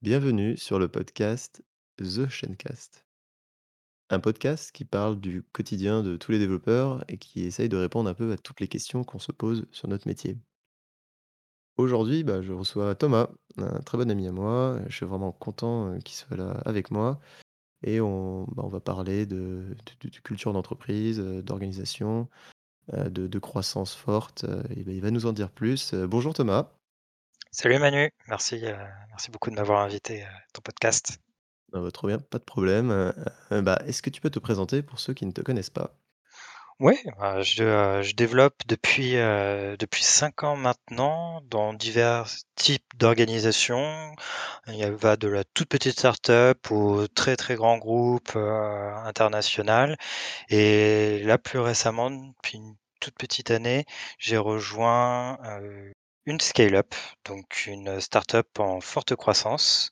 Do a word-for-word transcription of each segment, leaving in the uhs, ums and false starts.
Bienvenue sur le podcast The Shencast, un podcast qui parle du quotidien de tous les développeurs et qui essaye de répondre un peu à toutes les questions qu'on se pose sur notre métier. Aujourd'hui, bah, je reçois Thomas, un très bon ami à moi. Je suis vraiment content euh, qu'il soit là avec moi et on, bah, on va parler de, de- de culture d'entreprise, euh, d'organisation, euh, de, de croissance forte. euh, et bah, il va nous en dire plus. Euh, bonjour Thomas. Salut Manu, merci, heu, merci beaucoup de m'avoir invité, heu, à ton podcast. Ah bah, trop bien, pas de problème. Euh, euh, bah, est-ce que tu peux te présenter pour ceux qui ne te connaissent pas? Oui, heu, je, heu, je développe depuis, heu, depuis cinq ans maintenant dans divers types d'organisations. Il y a va de la toute petite start-up au très, très grand groupe, heu, international et là, plus récemment, depuis une toute petite année, j'ai rejoint, heu, une scale-up, donc une start-up en forte croissance.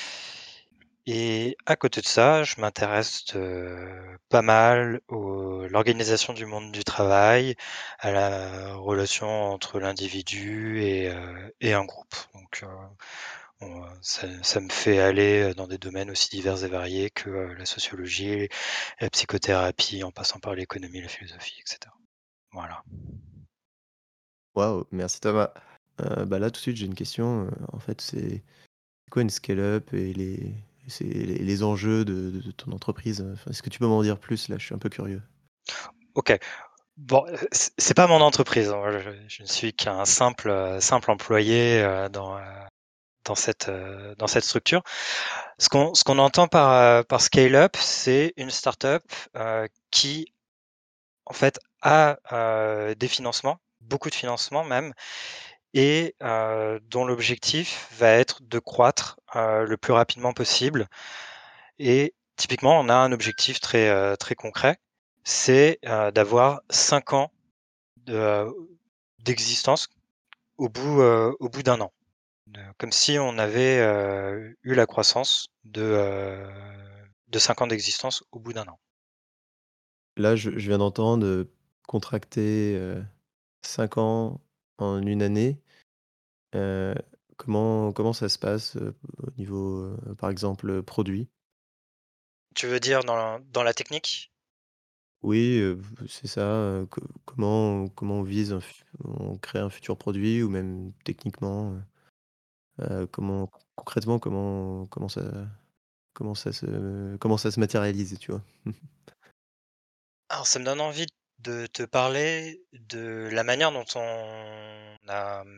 Et à côté de ça, je m'intéresse, heu, pas mal au l'organisation du monde du travail, à la relation entre l'individu et heu et un groupe. Donc heu, bon, heu, ça ça me fait aller, dans des domaines aussi divers et variés que, heu, la sociologie, la psychothérapie, en passant par l'économie, la philosophie et cetera. Voilà. Waouh, merci Thomas. Heu, bah, là, tout de suite, j'ai une question, heu, en fait, c'est quoi une scale-up et les c'est les les enjeux de de de ton entreprise? Heu, enfin, est-ce que tu peux m'en dire plus, là? Je suis un peu curieux. OK. Bon, heu, c'est c'est pas mon entreprise, hein, je je ne suis qu'un simple, heu, simple employé, heu, dans, heu, dans cette, heu, dans cette structure. Ce qu'on ce qu'on entend par, heu, par scale-up, c'est une start-up, heu, qui en fait a, heu, des financements, beaucoup de financements même et heu, dont l'objectif va être de croître, heu, le plus rapidement possible et typiquement, on a un objectif très, heu, très concret, c'est, heu, d'avoir cinq ans de, heu, d'existence au bout, heu, au bout d'un an. De comme si on avait, heu, eu la croissance de, heu, de cinq ans d'existence au bout d'un an. Là, je je viens d'entendre, heu, contracter, heu, cinq ans en une année. Heu, comment comment ça se passe, heu, au niveau, heu, par exemple, heu, produit? Tu veux dire dans la dans la technique? Oui, heu, c'est ça, heu, co comment comment on vise un fu on crée un futur produit ou même techniquement, heu heu, comment concrètement, comment comment ça Comment ça se comment ça se matérialise, tu vois? Alors ça me donne envie de te parler de la manière dont on a, mmh,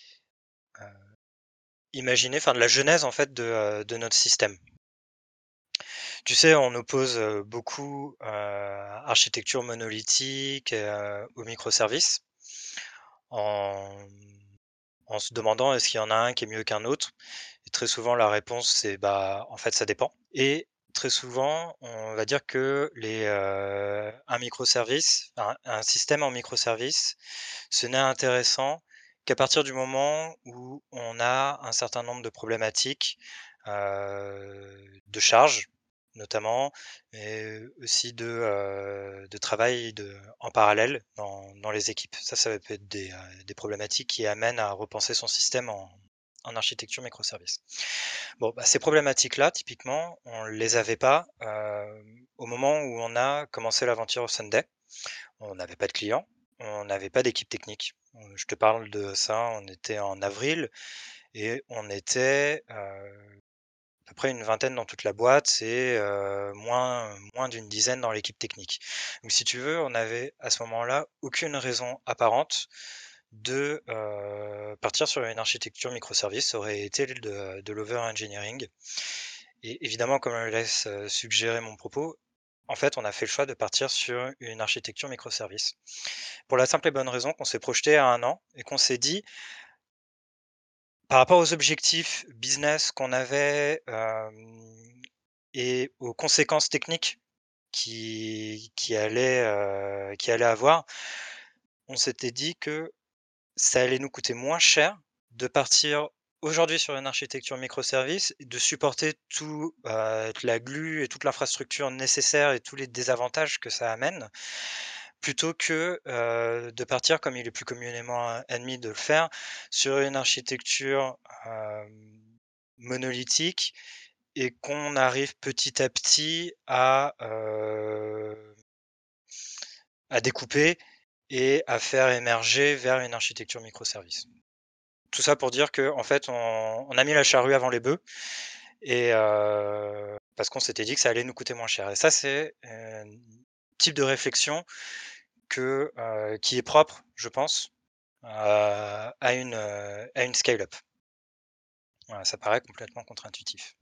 imaginé, enfin de la genèse en fait de, heu, de notre système. Tu sais, on oppose, heu, beaucoup, heu, architecture monolithique, heu, aux microservices en en se demandant est-ce qu'il y en a un qui est mieux qu'un autre? Et très souvent la réponse c'est: «Bah, en fait ça dépend» et très souvent on va dire que les, heu, un microservice, un un système en microservice, ce n'est intéressant qu'à partir du moment où on a un certain nombre de problématiques, heu, de charge notamment, mais aussi de, heu, de travail de en parallèle dans dans les équipes. Ça, ça peut être des, heu, des problématiques qui amènent à repenser son système en en architecture microservice. Bon, bah, ces problématiques-là, typiquement, on les avait pas, hem, au moment où on a commencé l'aventure Sunday. On n'avait pas de clients, on n'avait pas d'équipe technique. Heu, je te parle de ça, on était en avril et on était, heu, à peu près une vingtaine dans toute la boîte et heu, moins moins d'une dizaine dans l'équipe technique. Donc si tu veux, on avait à ce moment-là aucune raison apparente de, heu, partir sur une architecture microservice. Ça aurait été de de l'over-engineering et évidemment, comme le laisse, heu, suggérer mon propos, en fait, on a fait le choix de partir sur une architecture microservice. Pour la simple et bonne raison qu'on s'est projeté à un an et qu'on s'est dit: «Par rapport aux objectifs business qu'on avait, hem et aux conséquences techniques qui qui allaient, heu, qui allaient avoir», on s'était dit que ça allait nous coûter moins cher de partir aujourd'hui sur une architecture microservice, de supporter tout, heu, toute la glu et toute l'infrastructure nécessaire et tous les désavantages que ça amène, plutôt que, heu, de partir comme il est plus communément a admis de le faire, sur une architecture, hem monolithique et qu'on arrive petit à petit à, heu, à découper et à faire émerger vers une architecture microservices. Tout ça pour dire qu'en fait, on on a mis la charrue avant les bœufs et heu, parce qu'on s'était dit que ça allait nous coûter moins cher et ça, c'est un type de réflexion que, heu, qui est propre, je pense, à à une, heu, à une scale-up. Voilà, ça paraît complètement contre-intuitif.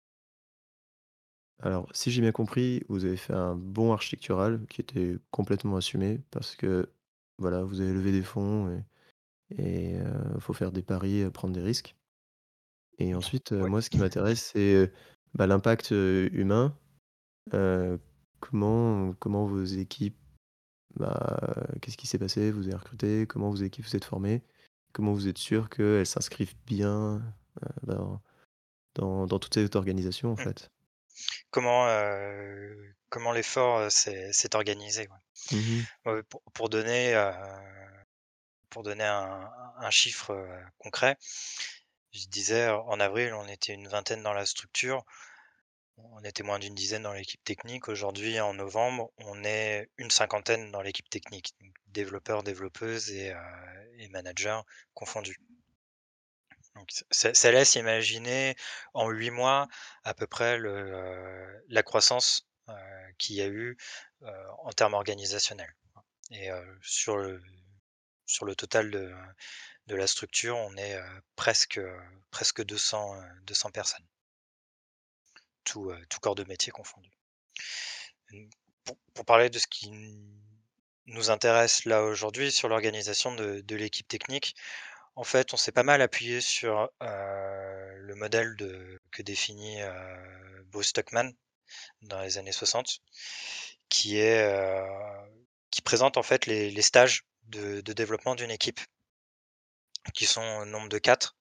Alors, si j'ai bien compris, vous avez fait un bon architectural qui était complètement assumé parce que, voilà, vous avez levé des fonds et et heu, faut faire des paris, heu, prendre des risques et Non, ensuite, heu, ouais. moi, ce qui m'intéresse, c'est, heu, bah, l'impact, heu, humain. Heu, comment comment vos équipes, bah, qu'est-ce qui s'est passé? Vous avez recruté? Comment vos équipes vous êtes formées? Comment vous êtes sûr qu'elles s'inscrivent bien, heu, dans dans dans toute cette organisation, en Mmh. fait? Comment, heu, comment l'effort, heu, s'est s'est organisé, ouais. Mmh mh. Ouais, pour pour donner, heu, pour donner un un chiffre, heu, concret, je disais en avril, on était une vingtaine dans la structure, on était moins d'une dizaine dans l'équipe technique. Aujourd'hui, en novembre, on est une cinquantaine dans l'équipe technique, donc développeurs, développeuses et heu et managers confondus. Donc ça ça laisse imaginer en huit mois à peu près le, heu, la croissance, heu, qu'il y a eu, heu, en termes organisationnels et heu, sur le sur le total de de la structure, on est, heu, presque, heu, presque deux cents, heu, deux cents personnes, tout, heu, tout corps de métier confondu. Mmh, pour pour parler de ce qui n nous intéresse là aujourd'hui sur l'organisation de de l'équipe technique, en fait, on s'est pas mal appuyé sur, heu, le modèle de que définit, heu, Bruce Stuckman dans les années soixante, qui est, heu, qui présente en fait les les stages de de développement d'une équipe, qui sont au nombre de quatre,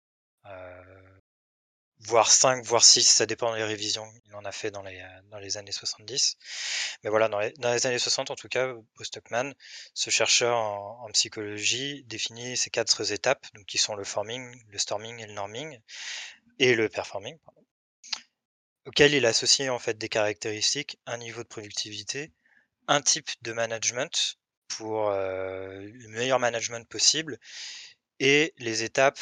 heu, voire cinq, voire six, ça dépend des révisions. Il en a fait dans les, heu, dans les années soixante-dix. Mais voilà, dans les dans les années soixante en tout cas, Bruce Stuckman, ce chercheur en en psychologie définit ces quatre étapes, donc qui sont le forming, le storming et le norming et le performing, pardon, auquel il associe en fait des caractéristiques, un niveau de productivité, un type de management pour, heu, le meilleur management possible et les étapes,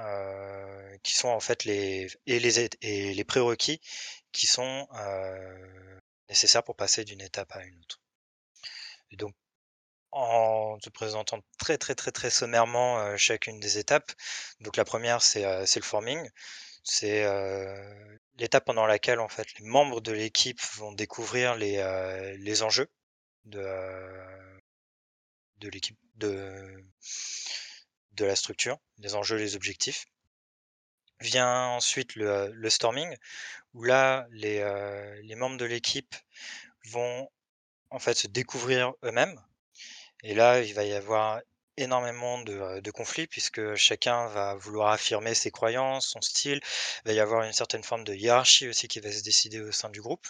heu, qui sont en fait les et les ét et les prérequis qui sont, heu, nécessaires pour passer d'une étape à une autre. Et donc en te présentant très, très, très, très sommairement, heu, chacune des étapes. Donc la première c'est, heu, c'est le forming. C'est, heu, l'étape pendant laquelle, en fait, les membres de l'équipe vont découvrir les, heu, les enjeux de, heu, de l'équipe de de la structure, les enjeux, les objectifs. Vient ensuite le, heu, le storming où là, les, heu, les membres de l'équipe vont, en fait, se découvrir eux-mêmes. Et là, il va y avoir énormément de, heu, de conflits puisque chacun va vouloir affirmer ses croyances, son style. Il va y avoir une certaine forme de hiérarchie aussi qui va se décider au sein du groupe.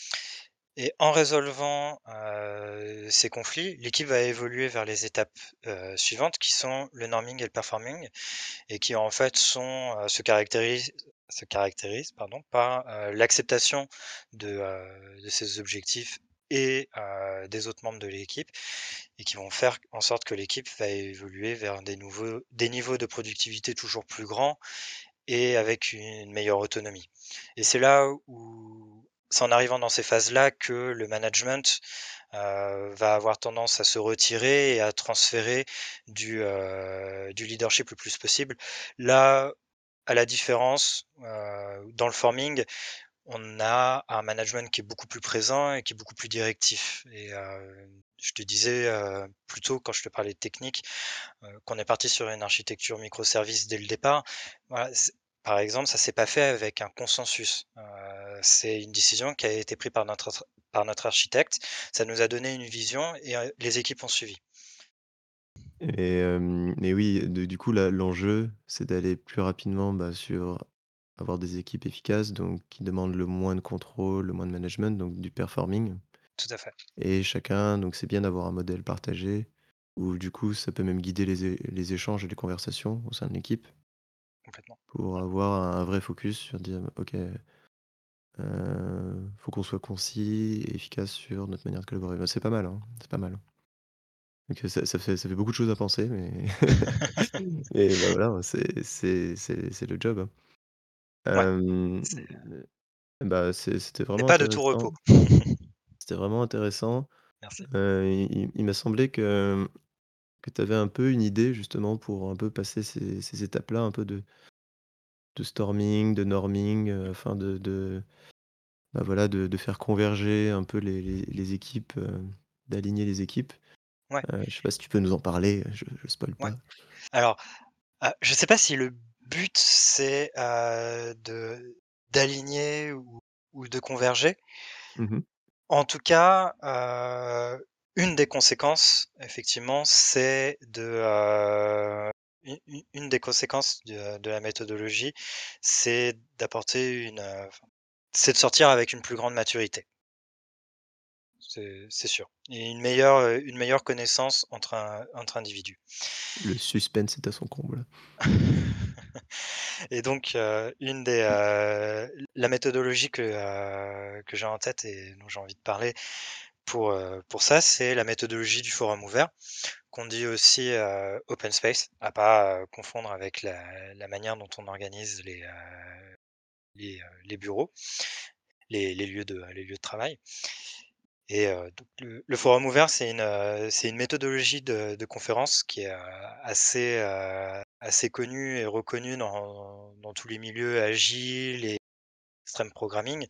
Et en résolvant, heu, ces conflits, l'équipe va évoluer vers les étapes, heu, suivantes qui sont le norming et le performing et qui en fait sont, heu, se caractérisent se caractérisent pardon par, heu, l'acceptation de, heu, de ces objectifs et heu, des autres membres de l'équipe et qui vont faire en sorte que l'équipe va évoluer vers des nouveaux des niveaux de productivité toujours plus grands et avec une meilleure autonomie. Et c'est là où c'est en arrivant dans ces phases-là que le management, heu, va avoir tendance à se retirer et à transférer du, heu, du leadership le plus possible. Là, à la différence, heu, dans le forming, on a un management qui est beaucoup plus présent et qui est beaucoup plus directif et heu, je te disais, heu, plus tôt quand je te parlais de technique, heu, qu'on est parti sur une architecture microservice dès le départ. Voilà, c par exemple, ça s'est pas fait avec un consensus. Heu, c'est une décision qui a été prise par notre par notre architecte. Ça nous a donné une vision et heu, les équipes ont suivi. Et hem et oui, de du coup, là, l'enjeu, c'est d'aller plus rapidement, bah, sur avoir des équipes efficaces, donc qui demandent le moins de contrôle, le moins de management, donc du performing Tout à fait. et chacun donc c'est bien d'avoir un modèle partagé où du coup, ça peut même guider les é les échanges et les conversations au sein de l'équipe. complètement. pour avoir un vrai focus sur dire: «OK, heu, faut qu'on soit concis et efficace sur notre manière de collaborer». Bah, c'est pas mal, hein, c'est pas mal. Donc ça ça fait ça fait beaucoup de choses à penser, mais et bah, voilà, hein, c'est c'est c'est c'est le job, hein. Ouais, Hem, c'est bah, c'est c'était c'est vraiment pas de tout repos. intéressant. C'était vraiment intéressant. Merci. Heu, il il il m'a semblé que que tu avais un peu une idée justement pour un peu passer ces ces étapes-là, un peu de de storming, de norming, heu, afin de de, bah, voilà, de de faire converger un peu les les les équipes, heu, d'aligner les équipes. Ouais, Heu, je sais pas si tu peux nous en parler? Je je spoil ouais. pas. Alors, heu, je sais pas si le but c'est, heu, de d'aligner ou ou de converger. Mmh mh. En tout cas, heu, une des conséquences effectivement, c'est de, heu, u u une des conséquences de de la méthodologie, c'est d'apporter une, heu, enfin, c'est de sortir avec une plus grande maturité. C'est c'est sûr et une meilleure, heu, une meilleure connaissance entre un entre individus. Le suspense est à son comble. Et donc, heu, une des, heu, la méthodologie que, heu, que j'ai en tête et dont j'ai envie de parler pour, heu, pour ça, c'est la méthodologie du forum ouvert, qu'on dit aussi, heu, open space, à pas, heu, confondre avec la la manière dont on organise les, heu, les, heu, les bureaux, les les lieux de les lieux de travail. Et heu, donc le le forum ouvert, c'est une, heu, c'est une méthodologie de de conférence qui est, heu, assez, heu, assez connue et reconnue dans dans tous les milieux agiles et extreme programming.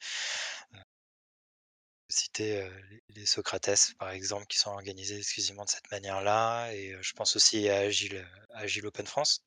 Citer, heu, les les Socrates, par exemple, qui sont organisés exclusivement de cette manière-là et heu, je pense aussi à Agile, à Agile Open France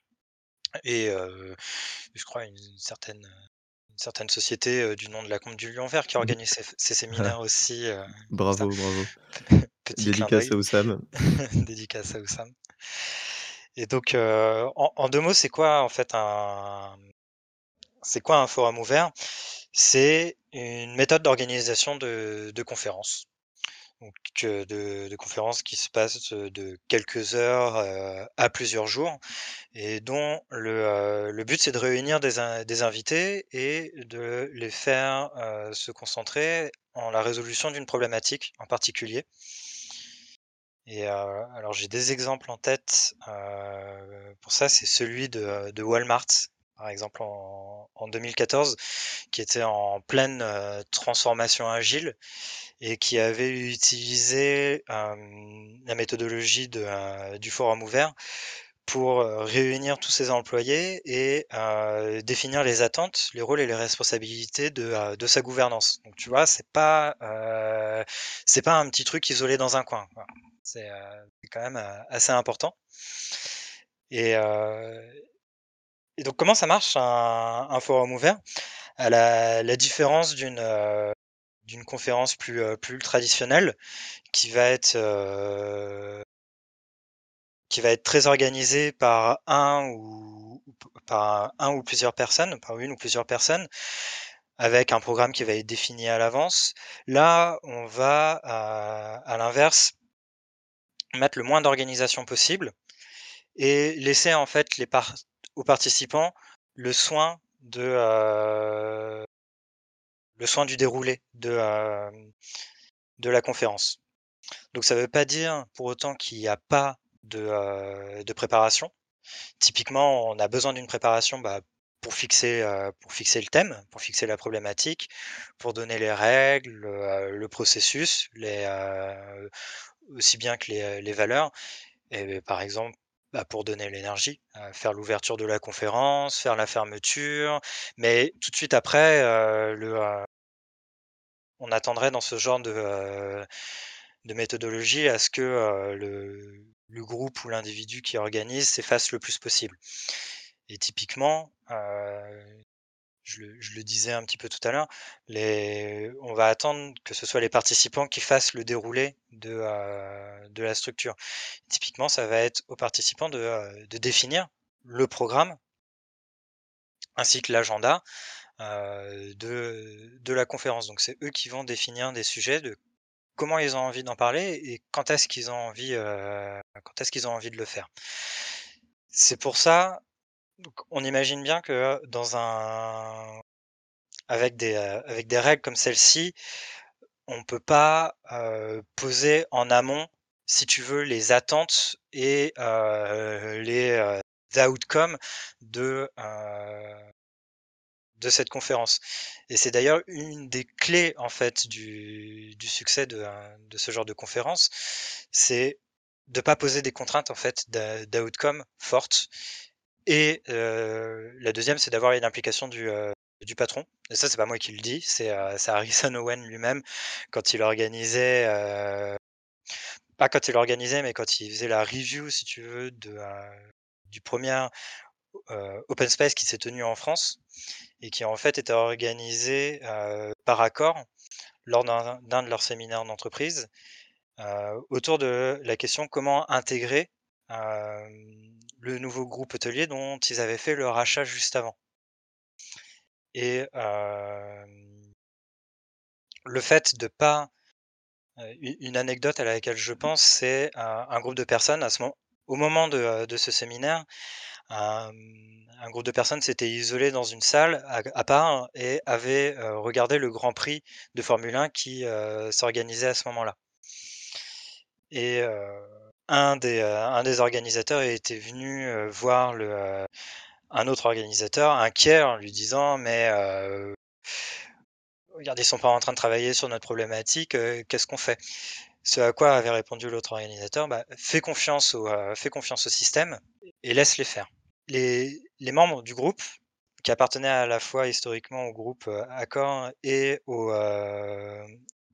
et heu, je crois une certaine, une certaine société, heu, du nom de la Combe du Lion Vert qui Oui. organise ces ces Ah, séminaires aussi, heu, comme ça. bravo, bravo. Petit clin Dédicace d'œil. à Oussam. Dédicace à Oussam. Et donc, heu, en en deux mots, c'est quoi en fait un c'est quoi un forum ouvert? C'est une méthode d'organisation de de conférences. Donc, heu, de de conférences qui se passent, heu, de quelques heures, heu, à plusieurs jours et dont le, heu, le but c'est de réunir des in des invités et de les faire, heu, se concentrer en la résolution d'une problématique en particulier. Et heu, alors j'ai des exemples en tête, heu, pour ça, c'est celui de de Walmart, par exemple en en deux mille quatorze, qui était en pleine, heu, transformation agile et qui avait utilisé, hem, la méthodologie de, heu, du forum ouvert pour, heu, réunir tous ses employés et heu, définir les attentes, les rôles et les responsabilités de, heu, de sa gouvernance. Donc tu vois, c'est pas, heu, c'est pas un petit truc isolé dans un coin, quoi. C'est, heu, c'est quand même, heu, assez important et heu et donc comment ça marche un un forum ouvert? À la la différence d'une, heu, d'une conférence plus, heu, plus traditionnelle qui va être, heu, qui va être très organisée par un ou ou p par un ou plusieurs personnes, par une ou plusieurs personnes, avec un programme qui va être défini à l'avance. Là, on va à à l'inverse, mettre le moins d'organisation possible et laisser en fait les part aux participants le soin de, heu, le soin du déroulé de, hem, de la conférence. Donc ça ne veut pas dire pour autant qu'il y a pas de, heu, de préparation. Typiquement, on a besoin d'une préparation, bah, pour fixer, heu, pour fixer le thème, pour fixer la problématique, pour donner les règles, le, heu, le processus, les, heu, aussi bien que les, les valeurs et beh, par exemple, bah, pour donner l'énergie, heu, faire l'ouverture de la conférence, faire la fermeture, mais tout de suite après, heu, le, heu, on attendrait dans ce genre de, heu, de méthodologie à ce que, heu, le le groupe ou l'individu qui organise s'efface le plus possible. Et typiquement, heu, je le je le disais un petit peu tout à l'heure, les on va attendre que ce soit les participants qui fassent le déroulé de, heu, de la structure. Typiquement, ça va être aux participants de, heu, de définir le programme ainsi que l'agenda, heu, de de la conférence. Donc c'est eux qui vont définir des sujets, de comment ils ont envie d'en parler et quand est-ce qu'ils ont envie, heu, quand est-ce qu'ils ont envie de le faire. C'est pour ça, Donc on imagine bien que dans un avec des, heu, avec des règles comme celle-ci, on peut pas, heu, poser en amont, si tu veux, les attentes et heu, les, heu, outcomes de, heu, de cette conférence et c'est d'ailleurs une des clés, en fait, du du succès de, heu, de ce genre de conférence. C'est de pas poser des contraintes, en fait, d'a d'outcome fortes et heu, la deuxième, c'est d'avoir une implication du, heu, du patron et ça, c'est pas moi qui le dis, c'est, heu, c'est Harrison Owen lui-même quand il organisait, heu, pas quand il organisait, mais quand il faisait la review, si tu veux, de, heu, du premier heu, open space qui s'est tenu en France et qui, en fait, était organisé, heu, par accord lors d'un d'un de leurs séminaires d'entreprise, heu, autour de la question: comment intégrer, hem, le nouveau groupe hôtelier dont ils avaient fait le rachat juste avant? Et hem, le fait de pas heu, u une anecdote à laquelle je pense, c'est un un groupe de personnes à ce moment au moment de, heu, de ce séminaire, hem, un groupe de personnes s'était isolé dans une salle à à part et avait, heu, regardé le Grand Prix de Formule un qui, heu, s'organisait à ce moment-là et heu, un des, heu, un des organisateurs était venu, heu, voir le, heu, un autre organisateur inquiet en lui disant: «Mais heu, regardez, ils sont pas en train de travailler sur notre problématique, heu, qu'est-ce qu'on fait?» Ce à quoi avait répondu l'autre organisateur: «Bah, fais confiance au, heu, fais confiance au système et laisse-les faire». Les les membres du groupe, qui appartenaient à la fois historiquement au groupe, heu, Accor et au, hem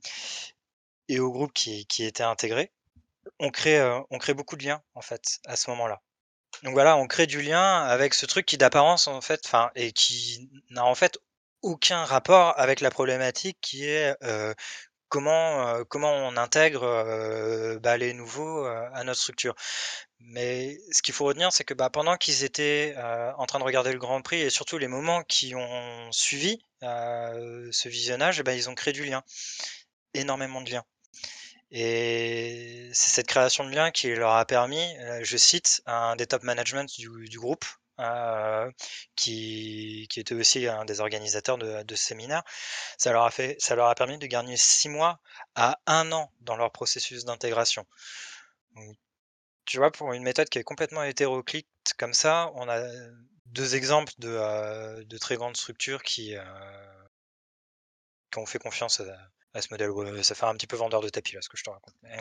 et au groupe qui qui était intégré, ont créé, heu, ont créé beaucoup de liens, en fait, à ce moment-là. Donc voilà, on crée du lien avec ce truc qui d'apparence, en fait, enfin et qui n'a en fait aucun rapport avec la problématique qui est, heu, comment, heu, comment on intègre, heu, bah, les nouveaux, heu, à notre structure. Mais ce qu'il faut retenir, c'est que, bah, pendant qu'ils étaient, heu, en train de regarder le Grand Prix et surtout les moments qui ont suivi, heu, ce visionnage et bah, ils ont créé du lien, énormément de liens et c'est cette création de lien qui leur a permis, heu, je cite, un des top management du du groupe, heu, qui qui était aussi un des organisateurs de de ce séminaire. Ça leur a fait ça leur a permis de gagner six mois à un an dans leur processus d'intégration. Donc tu vois, pour une méthode qui est complètement hétéroclite comme ça, on a deux exemples de, heu, de très grandes structures qui, heu, qui ont fait confiance à à ce modèle. Ouais, ça fait un petit peu vendeur de tapis là, ce que je te raconte, mais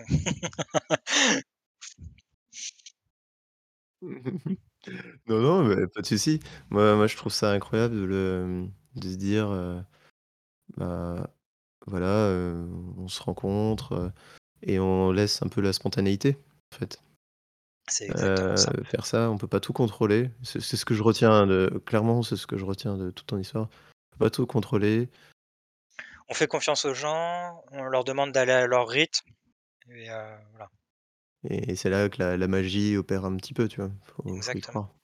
Non, non, mais pas de souci. Moi moi, je trouve ça incroyable de le, mmh, de se dire, heu, bah, voilà, heu, on se rencontre, heu et on laisse un peu la spontanéité, en fait. c'est exactement ça. Heu, faire ça, on peut pas tout contrôler. C'est c'est ce que je retiens de clairement, c'est ce que je retiens de toute ton histoire. On peut pas tout contrôler On fait confiance aux gens, on leur demande d'aller à leur rythme et heu, voilà, et c'est là que la la magie opère un petit peu, tu vois? Faut faut y exactement. croire.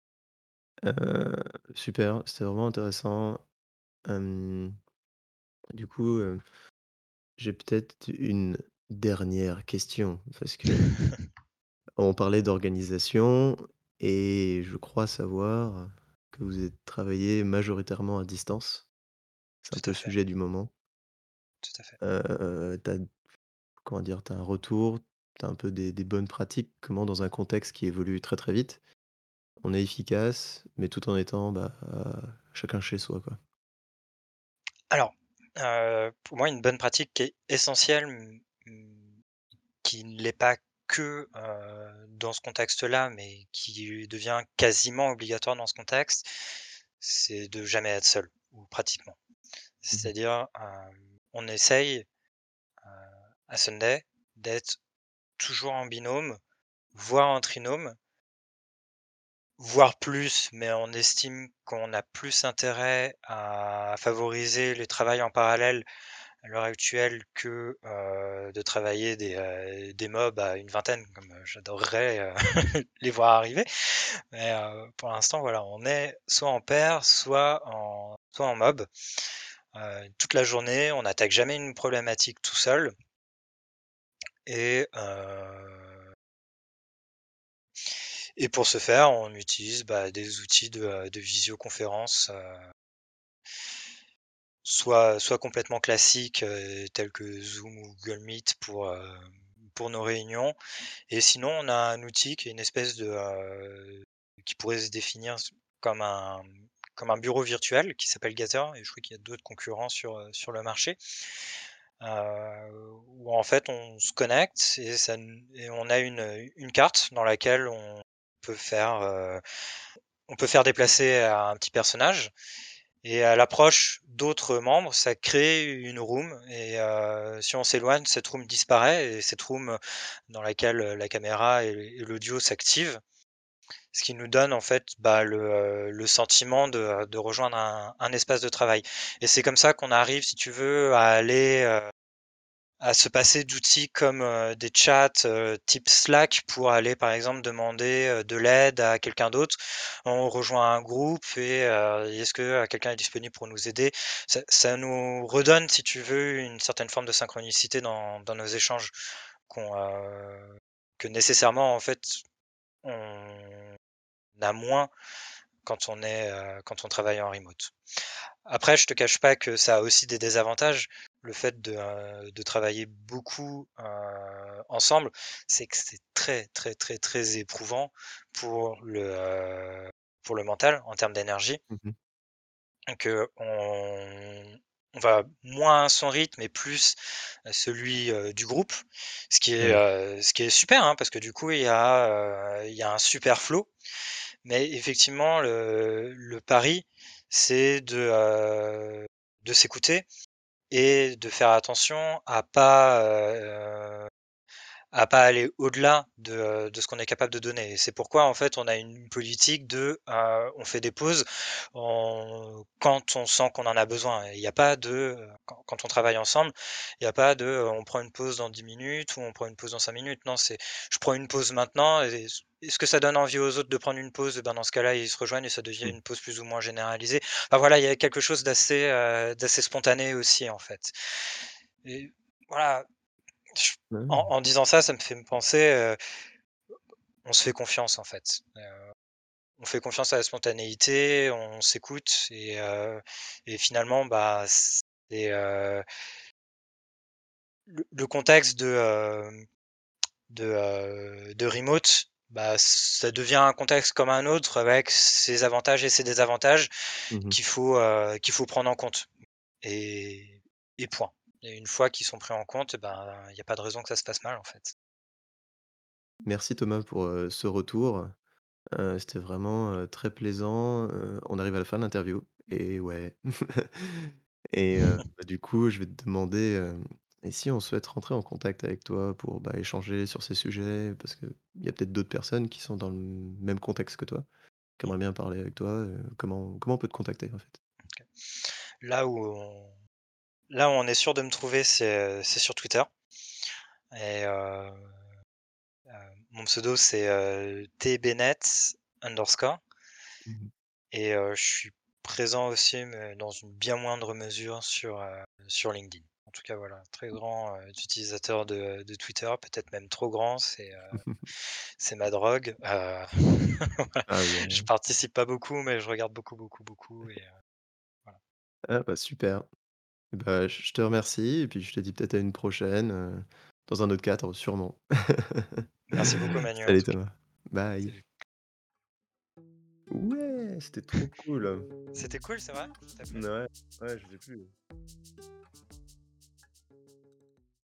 Heu, super, c'était vraiment intéressant. Hem, du coup, heu, j'ai peut-être une dernière question parce que on parlait d'organisation et je crois savoir que vous êtes travaillé majoritairement à distance. C'est un Tout peu à le fait, sujet du moment. tout à fait. Heu, tu comment dire? Tu as un retour, tu as un peu des des bonnes pratiques, comment dans un contexte qui évolue très, très vite, on est efficace, mais tout en étant, bah, heu, chacun chez soi, quoi. Alors, heu, pour moi, une bonne pratique qui est essentielle, mmh, mmh qui ne l'est pas que, heu, dans ce contexte-là, mais qui devient quasiment obligatoire dans ce contexte, c'est de jamais être seul ou pratiquement. Mmh. C'est-à-dire, hem, on essaye, heu, à Sunday d'être toujours en binôme, voire en trinôme, voire plus, mais on estime qu'on a plus intérêt à favoriser le travail en parallèle à l'heure actuelle que, heu, de travailler des, heu, des mobs à une vingtaine comme, heu, j'adorerais, heu, les voir arriver. Mais, heu, pour l'instant, voilà, on est soit en pair, soit en soit en mob, heu, toute la journée. On n'attaque jamais une problématique tout seul et heu et pour ce faire, on utilise, bah, des outils de, heu, de visioconférence, heu, soit soit complètement classiques, heu, tels que Zoom ou Google Meet pour, heu, pour nos réunions, et sinon on a un outil qui est une espèce de, heu, qui pourrait se définir s comme un comme un bureau virtuel qui s'appelle Gather, et je crois qu'il y a d'autres concurrents sur, heu, sur le marché. Heu, où en fait on se connecte et ça n et on a une, une carte dans laquelle on peut faire, heu, on peut faire déplacer un petit personnage, et à l'approche d'autres membres, ça crée une room, et heu, si on s'éloigne, cette room disparaît, et cette room dans laquelle, la caméra et et l'audio s'activent. Ce qui nous donne en fait, bah, le, heu, le sentiment de, de rejoindre un un espace de travail, et c'est comme ça qu'on arrive, si tu veux, à aller, heu à se passer d'outils comme, heu, des chats, heu, type Slack pour aller, par exemple, demander, heu, de l'aide à quelqu'un d'autre. On rejoint un groupe et heu, est-ce que, heu, quelqu'un est disponible pour nous aider? Ça ça nous redonne, si tu veux, une certaine forme de synchronicité dans dans nos échanges qu'on, heu, que nécessairement, en fait, on a moins quand on est, heu, quand on travaille en remote. Après, je te cache pas que ça a aussi des désavantages. Le fait de, heu, de travailler beaucoup, heu, ensemble, c'est que c'est très, très, très, très éprouvant pour le, heu, pour le mental en termes d'énergie. Mmh mh. Que on on va moins à son rythme et plus à celui, heu, du groupe. Ce qui est, Ouais. heu, ce qui est super, hein, parce que du coup il y a, heu, il y a un super flow. Mais effectivement, le le pari, c'est de, heu, de s'écouter et de faire attention à pas, heu, à pas aller au-delà de, heu, de ce qu'on est capable de donner, et c'est pourquoi, en fait, on a une politique de, heu, on fait des pauses en quand on sent qu'on en a besoin, et il y a pas de, heu, quand quand on travaille ensemble, il y a pas de, heu, on prend une pause dans dix minutes ou on prend une pause dans cinq minutes. Non, c'est je prends une pause maintenant, et est est-ce que ça donne envie aux autres de prendre une pause? Et ben, dans ce cas-là, ils se rejoignent et ça devient Mmh. une pause plus ou moins généralisée. Enfin voilà, il y a quelque chose d'assez, heu, d'assez spontané aussi, en fait, et voilà. Ch en Ouais. en disant ça, ça me fait me penser, heu, on se fait confiance en fait. Heu, on fait confiance à la spontanéité, on s'écoute, et heu et finalement, bah, c'est, heu, le le contexte de, hem, de, heu, de remote, bah, ça devient un contexte comme un autre avec ses avantages et ses désavantages Mmh mh. qu'il faut, heu, qu'il faut prendre en compte, et et point, et une fois qu'ils sont pris en compte, ben, il y a pas de raison que ça se passe mal, en fait. Merci Thomas pour, heu, ce retour. Heu, c'était vraiment, heu, très plaisant, heu, on arrive à la fin de l'interview et ouais. Et heu, bah, du coup, je vais te demander, hem, et si on souhaite rentrer en contact avec toi pour, bah, échanger sur ces sujets? Parce qu'il y a peut-être d'autres personnes qui sont dans le même contexte que toi, qui aimeraient bien parler avec toi, heu, comment comment on peut te contacter, en fait? Là où on Là où on est sûr de me trouver, c'est, heu, c'est sur Twitter, et heu, heu, mon pseudo c'est, heu, tbennett underscore, Mmh mh. et heu, je suis présent aussi, mais dans une bien moindre mesure sur, heu, sur LinkedIn. En tout cas, voilà, très grand, heu, utilisateur de de Twitter, peut-être même trop grand, c'est, heu, c'est ma drogue. Heu, voilà, Ah je ouais. participe pas beaucoup, mais je regarde beaucoup, beaucoup, beaucoup, et heu, voilà. Ah bah, super. Bah, je je te remercie et puis je te dis peut-être à une prochaine, heu, dans un autre cadre sûrement. Merci beaucoup Manu, en Salut tout cas. Thomas. Bye. Salut. Ouais, c'était trop cool. C'était cool, c'est vrai? Ça t'a plu? Ouais, ouais, je l'ai plus.